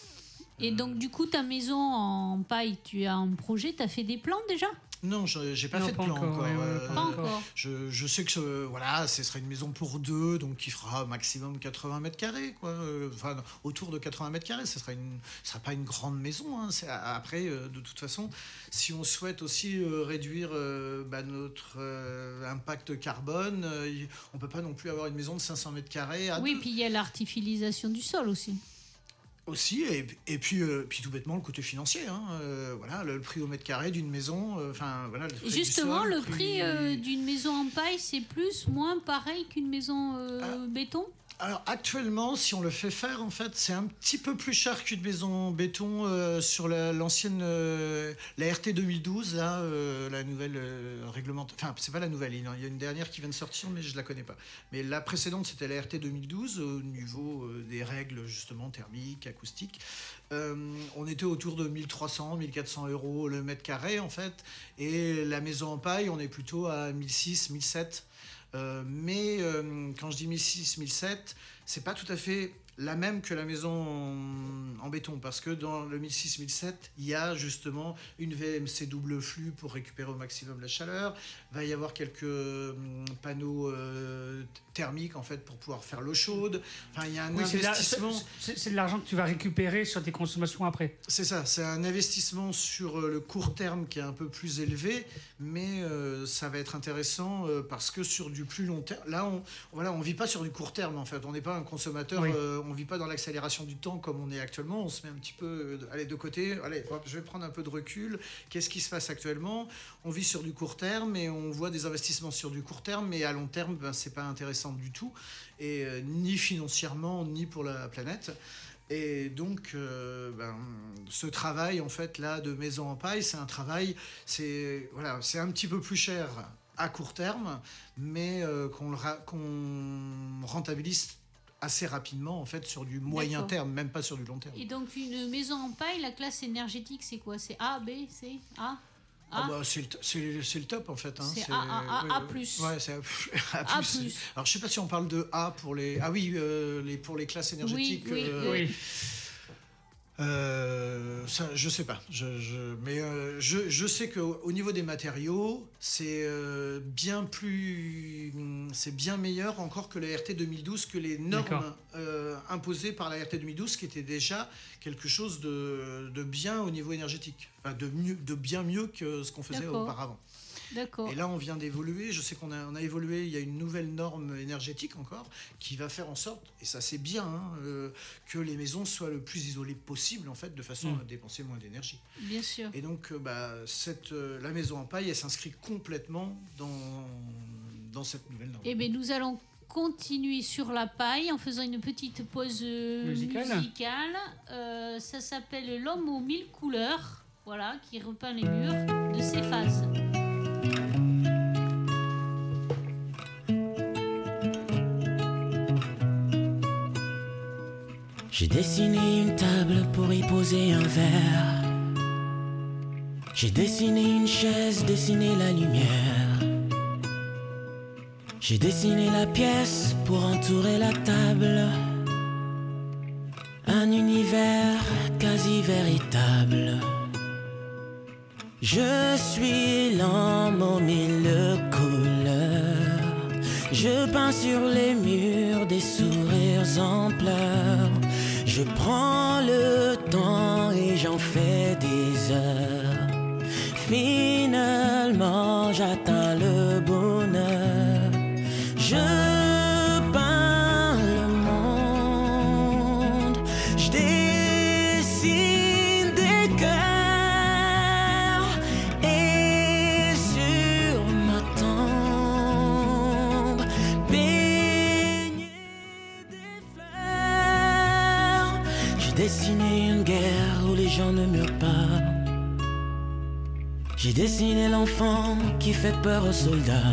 Et donc, du coup, ta maison en paille, tu as un projet, tu as fait des plans déjà ? Non, j'ai pas Non, fait de pas plan encore, encore. ouais, Pas encore. Je sais que ce serait une maison pour deux, donc qui fera maximum 80 mètres carrés, quoi. Enfin, autour de 80 mètres carrés, ce sera pas une grande maison. Hein. Après, de toute façon, si on souhaite aussi réduire notre impact carbone, on peut pas non plus avoir une maison de 500 mètres carrés. Oui, puis il y a l'artificialisation du sol aussi. Aussi, et puis tout bêtement le côté financier, hein, voilà, le prix au mètre carré d'une maison, voilà. Le prix Et du justement, sol, le prix d'une maison en paille, c'est moins pareil qu'une maison béton ? Alors actuellement, si on le fait faire, en fait, c'est un petit peu plus cher qu'une maison en béton sur l'ancienne, la RT 2012, là, la nouvelle réglementation. Enfin, c'est pas la nouvelle, il y a une dernière qui vient de sortir, mais je la connais pas. Mais la précédente, c'était la RT 2012, au niveau des règles justement thermiques, acoustiques. On était autour de 1300, 1400 euros le mètre carré, en fait. Et la maison en paille, on est plutôt à 1600, 1700. Mais quand je dis 1600, 1700, c'est pas tout à fait la même que la maison en béton, parce que dans le 1600, 1700, il y a justement une VMC double flux pour récupérer au maximum la chaleur. Il va y avoir quelques panneaux thermiques, en fait, pour pouvoir faire l'eau chaude. Enfin, il y a un investissement. C'est de l'argent que tu vas récupérer sur tes consommations après. C'est ça, c'est un investissement sur le court terme qui est un peu plus élevé, mais ça va être intéressant parce que sur du plus long terme, là, on vit pas sur du court terme, en fait. On n'est pas un consommateur, Oui. on vit pas dans l'accélération du temps comme on est actuellement. On se met un petit peu, de côté. Allez, hop, je vais prendre un peu de recul. Qu'est-ce qui se passe actuellement ? On vit sur du court terme et on voit des investissements sur du court terme, mais à long terme, c'est pas intéressant du tout, et ni financièrement ni pour la planète. Et donc, ce travail, en fait, là, de maison en paille, c'est un travail, c'est un petit peu plus cher à court terme, mais qu'on rentabilise assez rapidement, en fait, sur du moyen D'accord. terme, même pas sur du long terme. Et donc, une maison en paille, la classe énergétique, c'est quoi ? C'est A, B, C, A ? C'est le top, en fait. Hein. C'est A+. Ouais, c'est A+. A+. Alors, je sais pas si on parle de A pour les... Ah oui, pour les classes énergétiques. Oui. Oui. Ça, je sais pas. Mais je sais qu'au niveau des matériaux, c'est bien meilleur encore que la RT 2012, que les normes imposées par la RT 2012, qui était déjà quelque chose de bien au niveau énergétique. Enfin, de bien mieux que ce qu'on faisait D'accord. auparavant. D'accord. Et là, on vient d'évoluer. Je sais qu'on a évolué. Il y a une nouvelle norme énergétique encore qui va faire en sorte, et ça c'est bien, que les maisons soient le plus isolées possible, en fait, de façon à dépenser moins d'énergie. Bien sûr. Et donc, la maison en paille, elle s'inscrit complètement dans cette nouvelle norme. Eh bien, nous allons continuer sur la paille en faisant une petite pause musicale. Ça s'appelle L'homme aux 1000 couleurs, voilà, qui repeint les murs de ses phases. J'ai dessiné une table pour y poser un verre. J'ai dessiné une chaise, dessiné la lumière. J'ai dessiné la pièce pour entourer la table. Un univers quasi si véritable. Je suis l'homme aux mille couleurs. Je peins sur les murs des sourires en pleurs. Je prends le temps et j'en fais des heures. Finalement, j'atteins le bonheur. Je peins le monde. Je dessine des cœurs. Et sur ma tombe, baigné des fleurs. J'ai dessiné une guerre où les gens ne meurent pas. J'ai dessiné l'enfant qui fait peur aux soldats.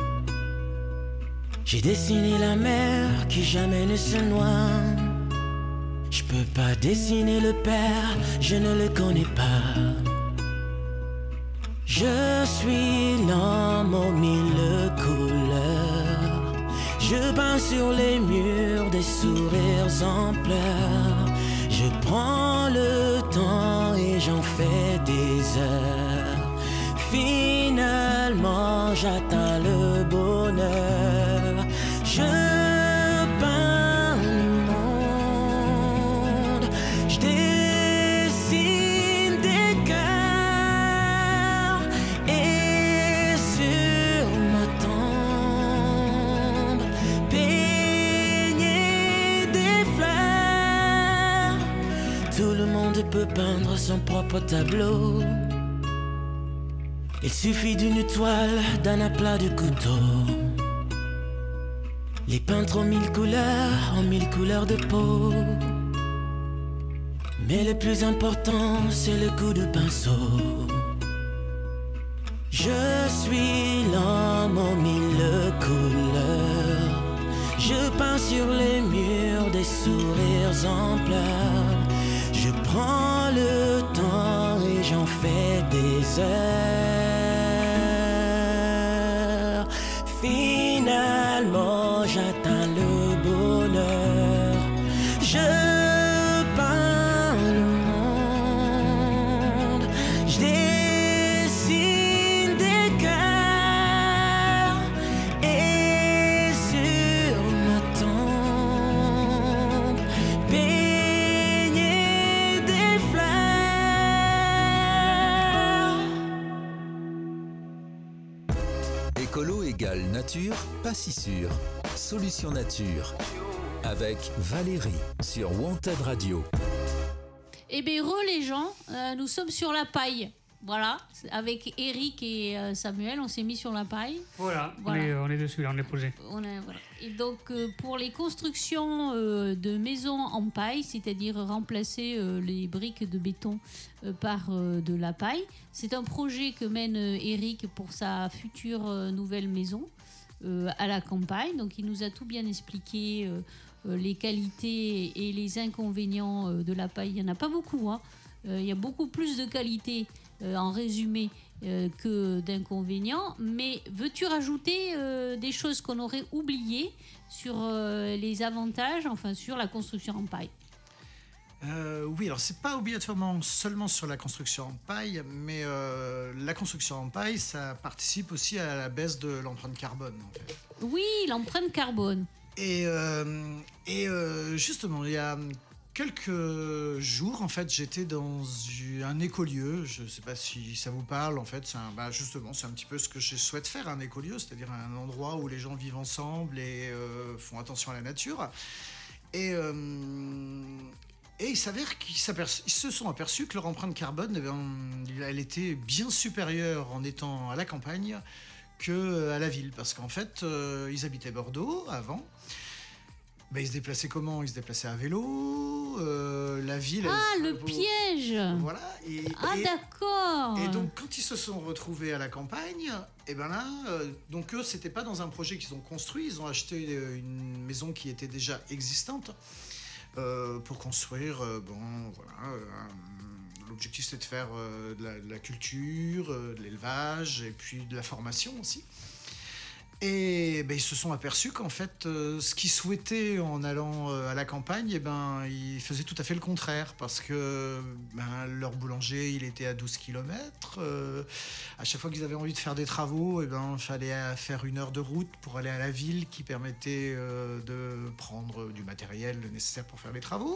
J'ai dessiné la mer qui jamais ne se noie. Je peux pas dessiner le père, je ne le connais pas. Je suis l'homme aux mille couleurs. Je peins sur les murs des sourires en pleurs. Je prends le temps et j'en fais des heures. Finalement, j'atteins le bonheur. Je peins le monde. Je dessine des cœurs. Et sur ma tombe, baigné des fleurs. Tout le monde peut peindre son propre tableau. Il suffit d'une toile, d'un aplat de couteau. Les peintres ont mille couleurs de peau. Mais le plus important, c'est le coup de pinceau. Je suis l'homme aux mille couleurs. Je peins sur les murs des sourires en pleurs. Je prends le temps et j'en fais des heures. Finalement, j'atteins le bonheur. Je peins le monde. Je dessine des cœurs. Et sur ma tombe, baigné des fleurs. Écolo égale nature, pas si sûr. Solution nature. Avec Valérie sur Wanted Radio. Eh bien, les gens, nous sommes sur la paille. Voilà, avec Eric et Samuel, on s'est mis sur la paille. Voilà, Voilà. On est dessus, là, on est posé. Voilà. Et donc, pour les constructions de maisons en paille, c'est-à-dire remplacer les briques de béton par de la paille, c'est un projet que mène Eric pour sa future nouvelle maison à la campagne. Donc, il nous a tout bien expliqué, les qualités et les inconvénients de la paille. Il n'y en a pas beaucoup, hein. Il y a beaucoup plus de qualités en résumé que d'inconvénients. Mais veux-tu rajouter des choses qu'on aurait oubliées sur les avantages, enfin sur la construction en paille? Oui, alors c'est pas obligatoirement seulement sur la construction en paille, mais la construction en paille, ça participe aussi à la baisse de l'empreinte carbone, en fait. Oui, l'empreinte carbone. Et justement, il y a quelques jours, en fait, j'étais dans un écolieu. Je ne sais pas si ça vous parle. En fait, justement, c'est un petit peu ce que je souhaite faire, un écolieu, c'est-à-dire un endroit où les gens vivent ensemble et font attention à la nature. Et il s'avère qu'ils se sont aperçus que leur empreinte carbone, elle était bien supérieure en étant à la campagne qu'à la ville. Parce qu'en fait, ils habitaient Bordeaux avant. Ils se déplaçaient comment? Ils se déplaçaient à vélo. La ville... Le piège. Voilà. D'accord. Et donc, quand ils se sont retrouvés à la campagne, et ben là, donc eux, c'était pas dans un projet qu'ils ont construit. Ils ont acheté une maison qui était déjà existante pour construire. L'objectif, c'est de faire de la culture, de l'élevage et puis de la formation aussi. Et ben, ils se sont aperçus qu'en fait, ce qu'ils souhaitaient en allant à la campagne, eh ben, ils faisaient tout à fait le contraire. Parce que ben, leur boulanger, il était à 12 km. À chaque fois qu'ils avaient envie de faire des travaux, eh ben, il fallait faire 1 heure de route pour aller à la ville qui permettait de prendre du matériel nécessaire pour faire les travaux.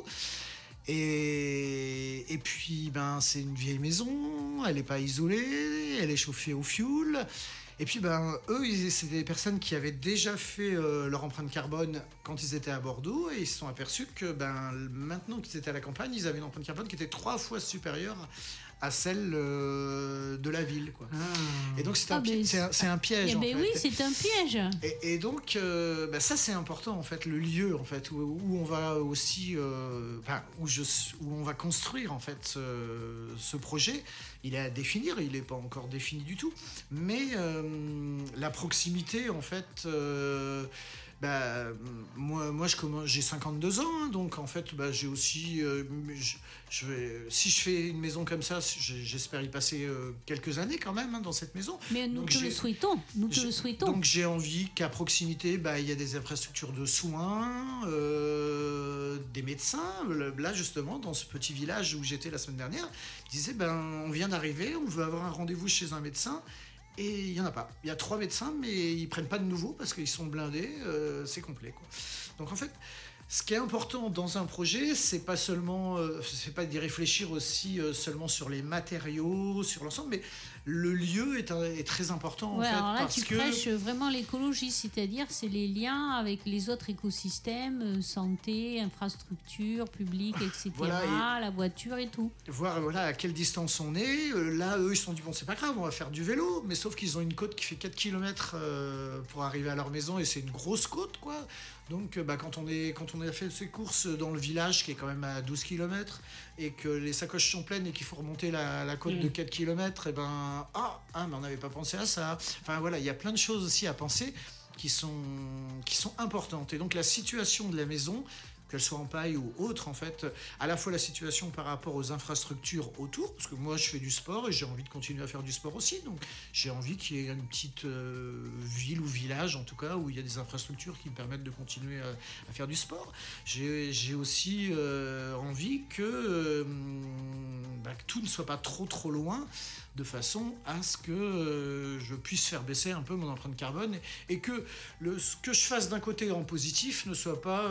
Et puis, ben, c'est une vieille maison, elle n'est pas isolée, elle est chauffée au fioul. Et puis, ben, eux, c'est des personnes qui avaient déjà fait leur empreinte carbone quand ils étaient à Bordeaux, et ils se sont aperçus que ben, maintenant qu'ils étaient à la campagne, ils avaient une empreinte carbone qui était 3 fois supérieure à celle de la ville, quoi. Et donc c'est un piège, Eh en ben fait. oui, c'est un piège. Et donc, ben, ça c'est important en fait, le lieu en fait où on va aussi, où on va construire en fait ce projet. Il est à définir, il n'est pas encore défini du tout, mais la proximité en fait. Moi j'ai 52 ans, hein, donc en fait j'ai aussi si je fais une maison comme ça, j'espère y passer quelques années quand même, hein, dans cette maison. Mais nous Donc, te le souhaitons. Nous te le souhaitons. Donc j'ai envie qu'à proximité, il y a des infrastructures de soins, des médecins. Là justement, dans ce petit village où j'étais la semaine dernière, ils disaient on vient d'arriver, on veut avoir un rendez-vous chez un médecin. Et il n'y en a pas. Il y a 3 médecins, mais ils ne prennent pas de nouveaux parce qu'ils sont blindés. C'est complet, quoi. Donc en fait, ce qui est important dans un projet, c'est pas seulement, c'est pas d'y réfléchir aussi seulement sur les matériaux, sur l'ensemble, mais le lieu est très important en fait. Alors là, parce tu prêches vraiment l'écologie, c'est-à-dire c'est les liens avec les autres écosystèmes, santé, infrastructures publiques, etc., Voilà, la voiture et tout. Voir à quelle distance on est. Là, eux, ils se sont dit, bon, c'est pas grave, on va faire du vélo. Mais sauf qu'ils ont une côte qui fait 4 km pour arriver à leur maison, et c'est une grosse côte, quoi. Donc, quand on a fait ses courses dans le village, qui est quand même à 12 km, et que les sacoches sont pleines et qu'il faut remonter la côte de 4 km, et mais on n'avait pas pensé à ça. Enfin, voilà, il y a plein de choses aussi à penser qui sont importantes. Et donc, la situation de la maison, qu'elle soit en paille ou autre, en fait, à la fois la situation par rapport aux infrastructures autour, parce que moi je fais du sport et j'ai envie de continuer à faire du sport aussi, donc j'ai envie qu'il y ait une petite ville ou village en tout cas où il y a des infrastructures qui me permettent de continuer à faire du sport. J'ai aussi envie que tout ne soit pas trop loin, de façon à ce que je puisse faire baisser un peu mon empreinte carbone et que ce que je fasse d'un côté en positif ne soit pas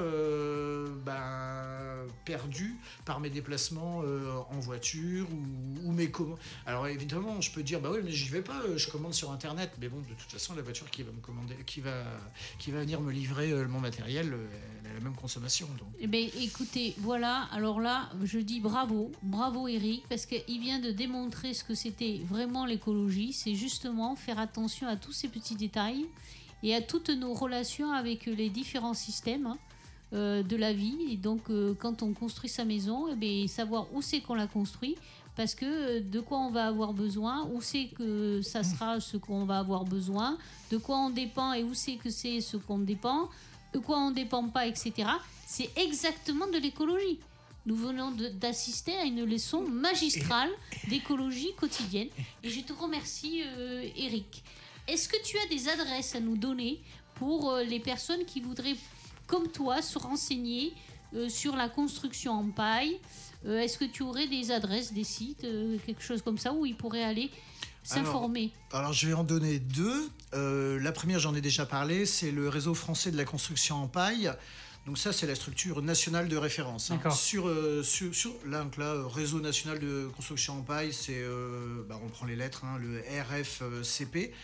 perdu par mes déplacements en voiture ou mes commandes. Alors évidemment, je peux dire oui, mais j'y vais pas, je commande sur internet, mais bon, de toute façon, la voiture qui va me commander, qui va venir me livrer mon matériel, elle a la même consommation. Donc. Eh bien, écoutez, voilà, alors là, je dis bravo Eric, parce qu'il vient de démontrer ce que c'était vraiment l'écologie, c'est justement faire attention à tous ces petits détails et à toutes nos relations avec les différents systèmes de la vie. Et donc, quand on construit sa maison, eh bien, savoir où c'est qu'on l'a construit, parce que de quoi on va avoir besoin, où c'est que ça sera ce qu'on va avoir besoin, de quoi on dépend et où c'est que c'est ce qu'on dépend, de quoi on ne dépend pas, etc. C'est exactement de l'écologie. Nous venons d'assister à une leçon magistrale d'écologie quotidienne. Et je te remercie, Eric. Est-ce que tu as des adresses à nous donner pour les personnes qui voudraient, comme toi, se renseigner sur la construction en paille? Est-ce que tu aurais des adresses, des sites, quelque chose comme ça, où ils pourraient aller s'informer? Alors, je vais en donner 2. La première, j'en ai déjà parlé, c'est le réseau français de la construction en paille. Donc ça, c'est la structure nationale de référence. Hein. Donc là, réseau national de construction en paille, c'est, on prend les lettres, hein, le RFCP.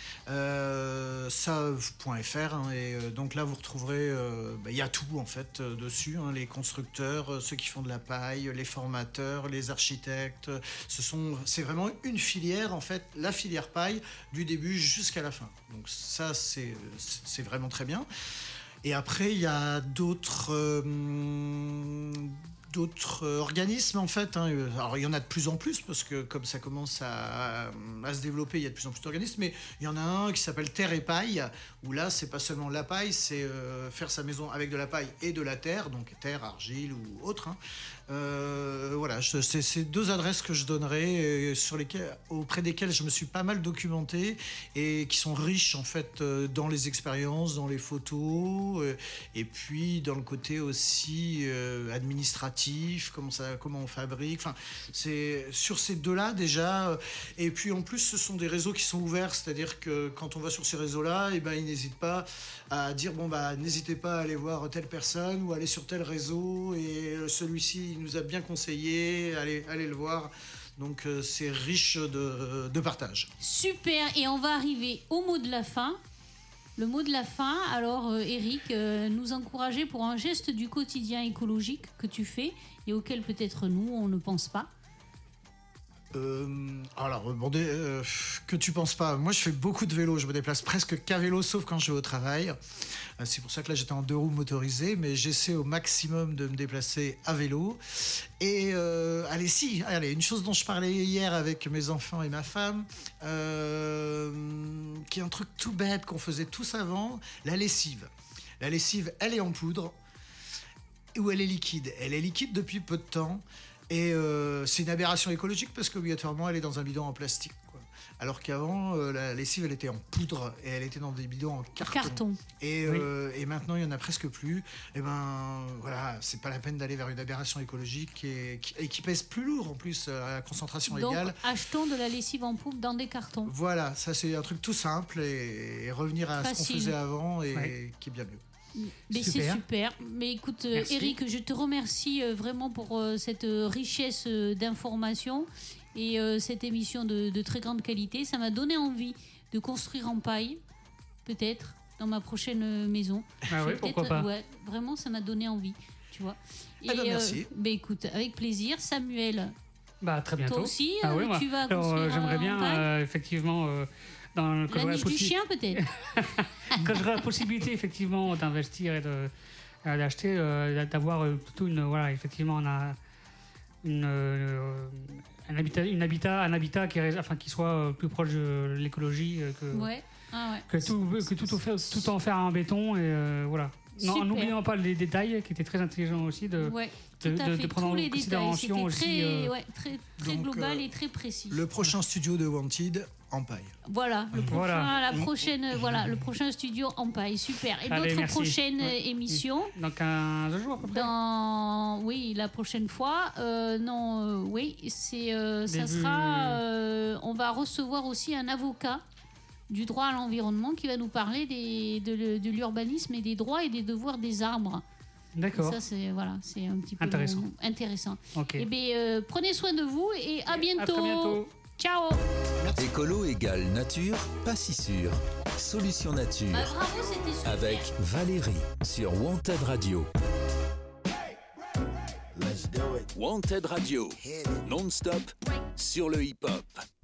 Ça.fr, hein, et donc là vous retrouverez il y a tout en fait dessus, hein, les constructeurs, ceux qui font de la paille, les formateurs, les architectes, c'est vraiment une filière en fait, la filière paille du début jusqu'à la fin. Donc ça c'est vraiment très bien. Et après il y a d'autres organismes en fait, hein. Alors il y en a de plus en plus parce que comme ça commence à se développer, il y a de plus en plus d'organismes, mais il y en a un qui s'appelle Terre et Paille, où là c'est pas seulement la paille, c'est faire sa maison avec de la paille et de la terre, donc terre, argile ou autre, hein. Voilà, c'est ces 2 adresses que je donnerai, auprès desquelles je me suis pas mal documenté et qui sont riches en fait dans les expériences, dans les photos, et puis dans le côté aussi administratif, comment on fabrique. Enfin, c'est sur ces 2-là déjà. Et puis en plus, ce sont des réseaux qui sont ouverts, c'est-à-dire que quand on va sur ces réseaux-là, et ben ils n'hésitent pas à dire n'hésitez pas à aller voir telle personne ou aller sur tel réseau et celui-ci il nous a bien conseillé, allez le voir. Donc c'est riche de partage. Super, et on va arriver au mot de la fin. Le mot de la fin, alors Eric, nous encourager pour un geste du quotidien écologique que tu fais et auquel peut-être nous, on ne pense pas. Que tu penses pas. Moi, je fais beaucoup de vélo. Je me déplace presque qu'à vélo, sauf quand je vais au travail. C'est pour ça que là, j'étais en 2 roues motorisées, mais j'essaie au maximum de me déplacer à vélo. Et allez, une chose dont je parlais hier avec mes enfants et ma femme, qui est un truc tout bête qu'on faisait tous avant, la lessive. La lessive, elle est en poudre ou elle est liquide. Elle est liquide depuis peu de temps. Et c'est une aberration écologique parce qu'obligatoirement elle est dans un bidon en plastique, quoi. Alors qu'avant la lessive elle était en poudre et elle était dans des bidons en carton. Et maintenant il y en a presque plus. Et ben voilà, c'est pas la peine d'aller vers une aberration écologique et qui pèse plus lourd en plus à concentration égale. Donc achetons de la lessive en poudre dans des cartons. Voilà, ça c'est un truc tout simple et revenir à ce qu'on faisait avant et qui est bien mieux. Mais c'est super. Mais écoute, Merci. Eric, je te remercie vraiment pour cette richesse d'informations et cette émission de très grande qualité. Ça m'a donné envie de construire en paille, peut-être, dans ma prochaine maison. Ah oui, pourquoi pas. Ouais, vraiment, ça m'a donné envie, tu vois. Et, merci. Écoute, avec plaisir. Samuel, Très bientôt. toi aussi, Ah oui, moi. tu vas Alors, construire j'aimerais en bien, paille effectivement, quand la j'aurai niche du chien, peut-être. quand j'aurai la possibilité, effectivement, d'investir et d'acheter, d'avoir plutôt effectivement, un habitat qui soit plus proche de l'écologie Ouais. Ah ouais. tout en faire en béton et voilà. Non, Super. n'oublions pas les détails qui étaient très intelligents aussi Ouais, tout à fait. de prendre Tous en les détails, considération c'était aussi. très Donc, global et très précis. Le prochain studio de Wanted en paille. Voilà, le prochain studio en paille, super. Et Allez, notre merci. prochaine émission, Dans 15 jours à peu près. la prochaine fois, ça Début- sera, on va recevoir aussi un avocat du droit à l'environnement qui va nous parler de l'urbanisme et des droits et des devoirs des arbres. D'accord. Ça, c'est un petit peu intéressant. Ok. Eh bien, prenez soin de vous et à bientôt. À très bientôt. Ciao. Écolo égale nature, pas si sûr. Solution nature. Bravo, c'était super. Avec Valérie sur Wanted Radio. Wanted Radio, non-stop sur le hip-hop.